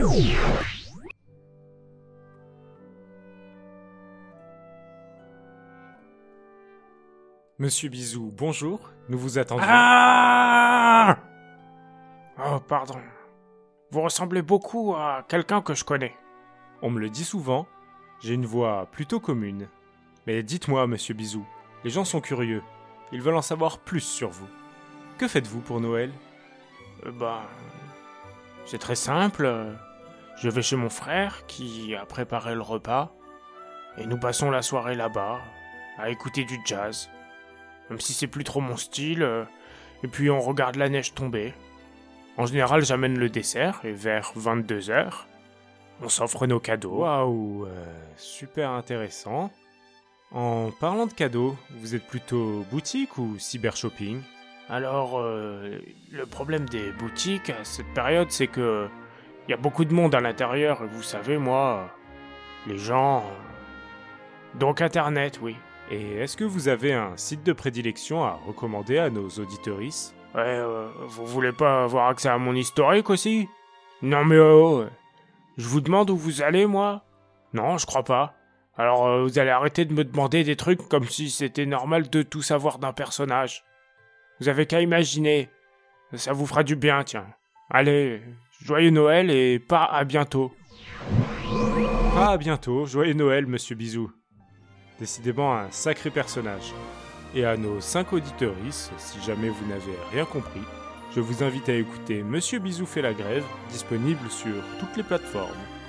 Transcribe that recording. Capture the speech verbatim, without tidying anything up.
Monsieur Bisou, bonjour, nous vous attendions. Ah Oh, pardon. Vous ressemblez beaucoup à quelqu'un que je connais. On me le dit souvent, j'ai une voix plutôt commune. Mais dites-moi, monsieur Bisou, les gens sont curieux, ils veulent en savoir plus sur vous. Que faites-vous pour Noël ? Euh, bah... C'est très simple. Je vais chez mon frère qui a préparé le repas. Et nous passons la soirée là-bas, à écouter du jazz. Même si c'est plus trop mon style. euh, Et puis on regarde la neige tomber. En général, j'amène le dessert, et vers vingt-deux heures, on s'offre nos cadeaux. Waouh, euh, super intéressant. En parlant de cadeaux, vous êtes plutôt boutique ou cyber-shopping ? Alors, euh, le problème des boutiques à cette période, c'est que il y a beaucoup de monde à l'intérieur, et vous savez, moi, les gens... euh, Donc Internet, oui. Et est-ce que vous avez un site de prédilection à recommander à nos auditeuristes ? Ouais, euh, vous voulez pas avoir accès à mon historique aussi ? Non mais oh, oh, je vous demande où vous allez, moi ? Non, je crois pas. Alors euh, vous allez arrêter de me demander des trucs comme si c'était normal de tout savoir d'un personnage. Vous avez qu'à imaginer. Ça vous fera du bien, tiens. Allez, joyeux Noël et pas à bientôt. Pas à bientôt, joyeux Noël, monsieur Bisou. Décidément un sacré personnage. Et à nos cinq auditeuristes, si jamais vous n'avez rien compris, je vous invite à écouter Monsieur Bisou fait la grève, disponible sur toutes les plateformes.